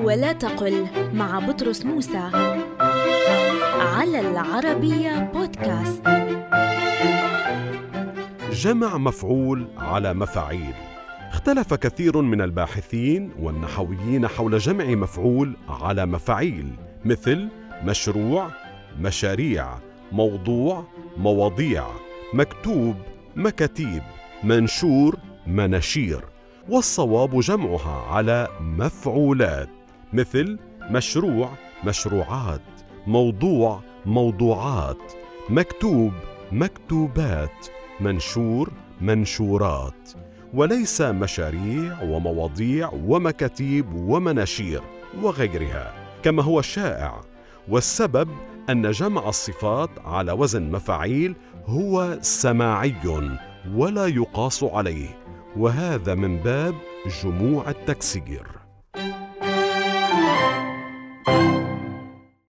ولا تقل مع بطرس موسى على العربية بودكاست. جمع مفعول على مفاعيل. اختلف كثير من الباحثين والنحويين حول جمع مفعول على مفاعيل، مثل مشروع، مشاريع، موضوع، مواضيع، مكتوب، مكاتيب، منشور، مناشير. والصواب جمعها على مفعولات، مثل مشروع، مشروعات، موضوع، موضوعات، مكتوب، مكتوبات، منشور، منشورات، وليس مشاريع ومواضيع ومكاتيب ومناشير وغيرها كما هو الشائع. والسبب أن جمع الصفات على وزن مفاعيل هو سماعي ولا يقاس عليه، وهذا من باب جموع التكسير.